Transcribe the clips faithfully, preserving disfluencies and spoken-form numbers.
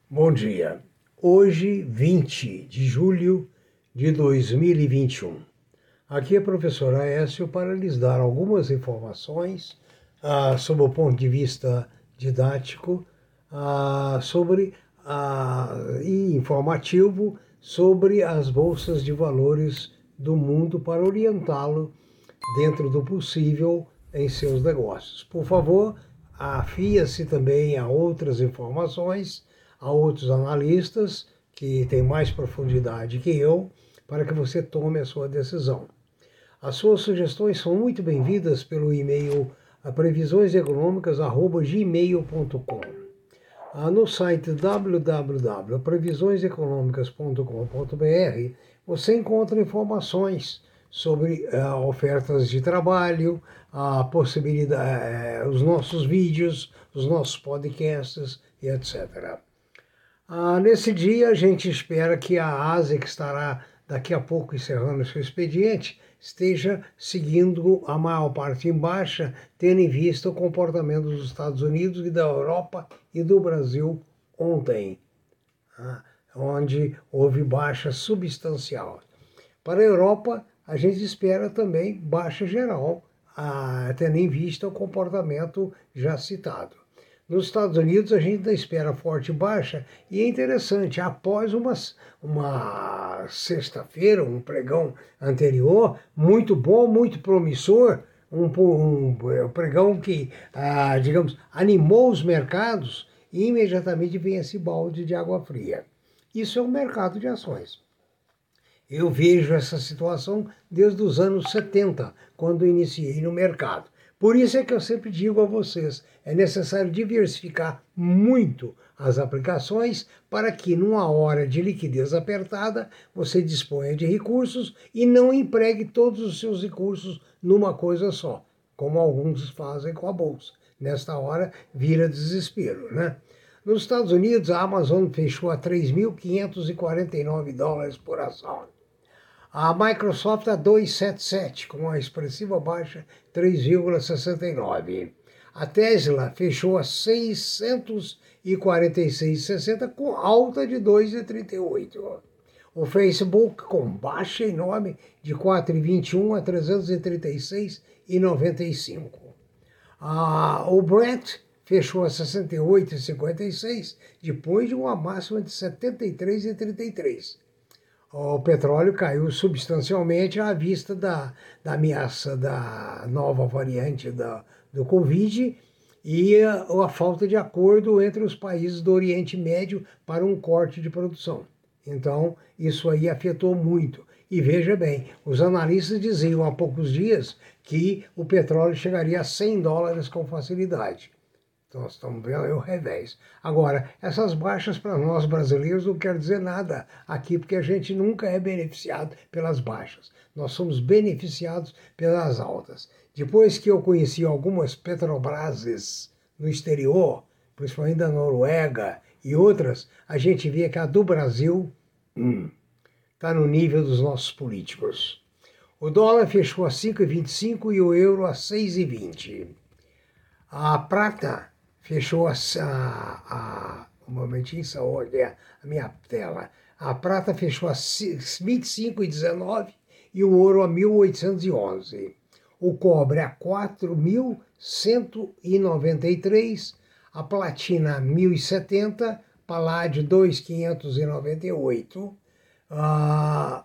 Bom dia. Hoje, vinte de julho de dois mil e vinte e um. Aqui é o professor Aécio para lhes dar algumas informações ah, sob o ponto de vista didático ah, sobre ah, e informativo sobre as bolsas de valores do mundo para orientá-lo dentro do possível em seus negócios. Por favor, afia-se também a outras informações, a outros analistas que têm mais profundidade que eu, para que você tome a sua decisão. As suas sugestões são muito bem-vindas pelo e-mail previsioneseconômicas arroba gmail ponto com. No site w w w ponto previsões econômicas ponto com ponto b r você encontra informações sobre uh, ofertas de trabalho, a possibilidade, uh, os nossos vídeos, os nossos podcasts e etcétera. Uh, nesse dia a gente espera que a ASIC, que estará daqui a pouco encerrando seu expediente, esteja seguindo a maior parte em baixa, tendo em vista o comportamento dos Estados Unidos e da Europa e do Brasil ontem, uh, onde houve baixa substancial. Para a Europa, a gente espera também baixa geral, ah, tendo em vista o comportamento já citado. Nos Estados Unidos, a gente ainda espera forte baixa, e é interessante, após uma, uma sexta-feira, um pregão anterior, muito bom, muito promissor, um, um, um pregão que, ah, digamos, animou os mercados, e imediatamente vem esse balde de água fria. Isso é um mercado de ações. Eu vejo essa situação desde os anos setenta, quando iniciei no mercado. Por isso é que eu sempre digo a vocês, é necessário diversificar muito as aplicações para que, numa hora de liquidez apertada, você disponha de recursos e não empregue todos os seus recursos numa coisa só, como alguns fazem com a bolsa. Nesta hora, vira desespero, né? Nos Estados Unidos, a Amazon fechou a três mil quinhentos e quarenta e nove dólares por ação. A Microsoft a duzentos e setenta e sete, com uma expressiva baixa três vírgula sessenta e nove. A Tesla fechou a seiscentos e quarenta e seis vírgula sessenta, com alta de dois vírgula trinta e oito. O Facebook com baixa enorme de quatro vírgula vinte e um a trezentos e trinta e seis vírgula noventa e cinco. Ah, o Brent fechou a sessenta e oito vírgula cinquenta e seis, depois de uma máxima de setenta e três vírgula trinta e três. O petróleo caiu substancialmente à vista da, da ameaça da nova variante da, do Covid e a, a falta de acordo entre os países do Oriente Médio para um corte de produção. Então, isso aí afetou muito. E veja bem, os analistas diziam há poucos dias que o petróleo chegaria a cem dólares com facilidade. Então, nós estamos vendo o revés. Agora, essas baixas para nós brasileiros não quer dizer nada aqui, porque a gente nunca é beneficiado pelas baixas. Nós somos beneficiados pelas altas. Depois que eu conheci algumas Petrobrases no exterior, principalmente da Noruega e outras, a gente vê que a do Brasil está hum, no nível dos nossos políticos. O dólar fechou a cinco vírgula vinte e cinco e o euro a seis vírgula vinte. A prata fechou a, a, a um momentinho, saúde, a minha tela. A prata fechou a vinte e cinco vírgula dezenove e o ouro a mil oitocentos e onze. O cobre a quatro mil cento e noventa e três, a platina a mil e setenta, paládio dois mil quinhentos e noventa e oito, uh,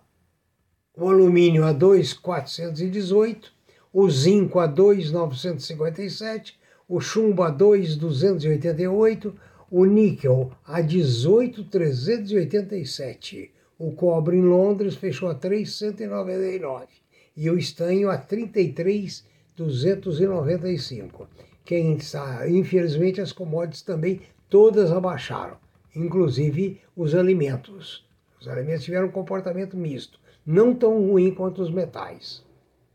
o alumínio a dois mil quatrocentos e dezoito, o zinco a dois mil novecentos e cinquenta e sete, o chumbo a dois mil duzentos e oitenta e oito, o níquel a dezoito mil trezentos e oitenta e sete, o cobre em Londres fechou a três mil cento e noventa e nove e o estanho a trinta e três mil duzentos e noventa e cinco. Quem está, infelizmente, as commodities também todas abaixaram, inclusive os alimentos. Os alimentos tiveram um comportamento misto, não tão ruim quanto os metais.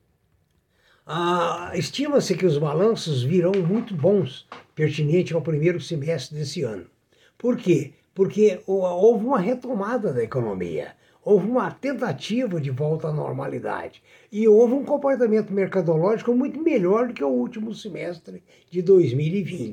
Ah, estima-se que os balanços virão muito bons, pertinente ao primeiro semestre desse ano. Por quê? Porque houve uma retomada da economia, houve uma tentativa de volta à normalidade e houve um comportamento mercadológico muito melhor do que o último semestre de dois mil e vinte.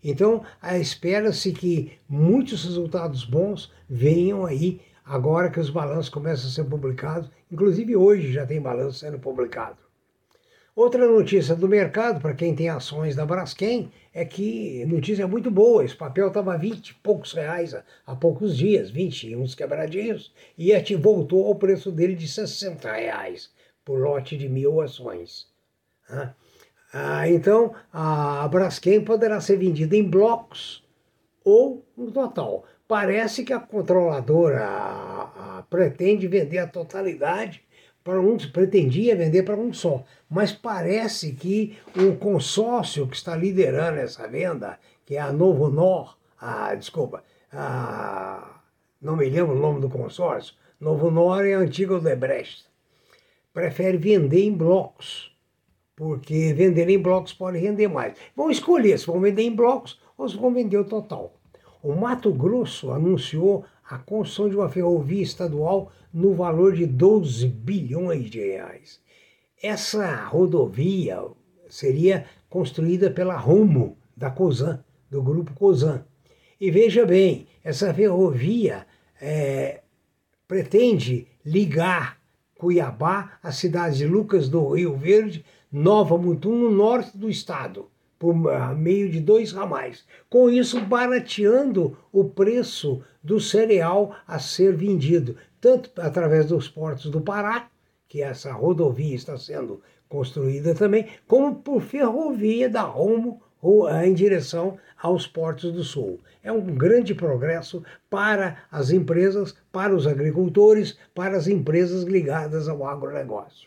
Então, espera-se que muitos resultados bons venham aí agora que os balanços começam a ser publicados. Inclusive hoje já tem balanço sendo publicado. Outra notícia do mercado, para quem tem ações da Braskem, é que notícia muito boa. Esse papel estava vinte e poucos reais há, há poucos dias, vinte e uns quebradinhos, e voltou ao preço dele de sessenta reais por lote de mil ações. Ah, ah, então, a Braskem poderá ser vendida em blocos ou no total. Parece que a controladora a, a, pretende vender a totalidade para um, pretendia vender para um só, mas parece que o consórcio que está liderando essa venda, que é a Novo Nor, a, desculpa, a, não me lembro o nome do consórcio, Novo Nor é a antiga Odebrecht, prefere vender em blocos, porque vender em blocos pode render mais. Vão escolher se vão vender em blocos ou se vão vender o total. O Mato Grosso anunciou a construção de uma ferrovia estadual no valor de doze bilhões de reais. Essa rodovia seria construída pela Rumo, da Cosan, do grupo Cosan. E veja bem, essa ferrovia é, pretende ligar Cuiabá às cidades de Lucas do Rio Verde, Nova Mutum, no norte do estado, por meio de dois ramais. Com isso, barateando o preço do cereal a ser vendido, tanto através dos portos do Pará, que essa rodovia está sendo construída também, como por ferrovia da Rumo em direção aos portos do sul. É um grande progresso para as empresas, para os agricultores, para as empresas ligadas ao agronegócio.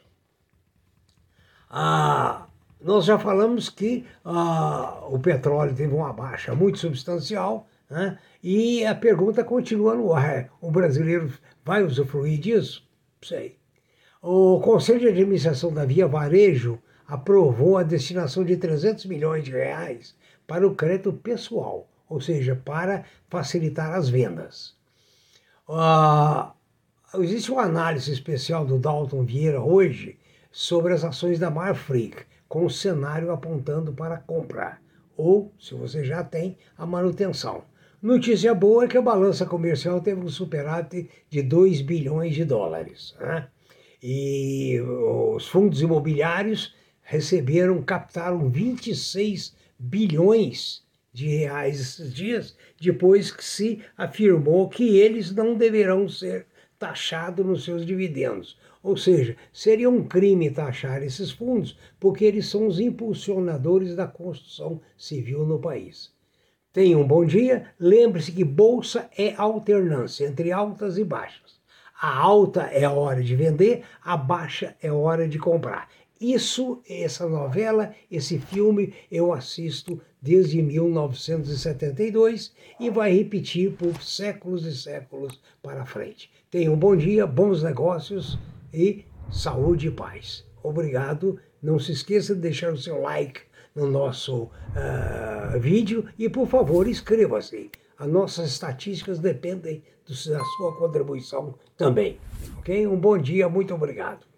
Ah, nós já falamos que ah, o petróleo teve uma baixa muito substancial, né? E a pergunta continua no ar. O brasileiro vai usufruir disso? Não sei. O Conselho de Administração da Via Varejo aprovou a destinação de trezentos milhões de reais para o crédito pessoal, ou seja, para facilitar as vendas. Ah, existe uma análise especial do Dalton Vieira hoje sobre as ações da Marfrig, com o cenário apontando para comprar, ou, se você já tem, a manutenção. Notícia boa é que a balança comercial teve um superávit de dois bilhões de dólares. Né? E os fundos imobiliários receberam, captaram vinte e seis bilhões de reais esses dias, depois que se afirmou que eles não deverão ser taxados nos seus dividendos. Ou seja, seria um crime taxar esses fundos, porque eles são os impulsionadores da construção civil no país. Tenha um bom dia. Lembre-se que bolsa é alternância entre altas e baixas. A alta é a hora de vender, a baixa é a hora de comprar. Isso, essa novela, esse filme, eu assisto desde mil novecentos e setenta e dois e vai repetir por séculos e séculos para frente. Tenha um bom dia, bons negócios e saúde e paz. Obrigado. Não se esqueça de deixar o seu like no nosso uh, vídeo e, por favor, inscreva-se. As nossas estatísticas dependem da sua contribuição também. Ok? Um bom dia, muito obrigado.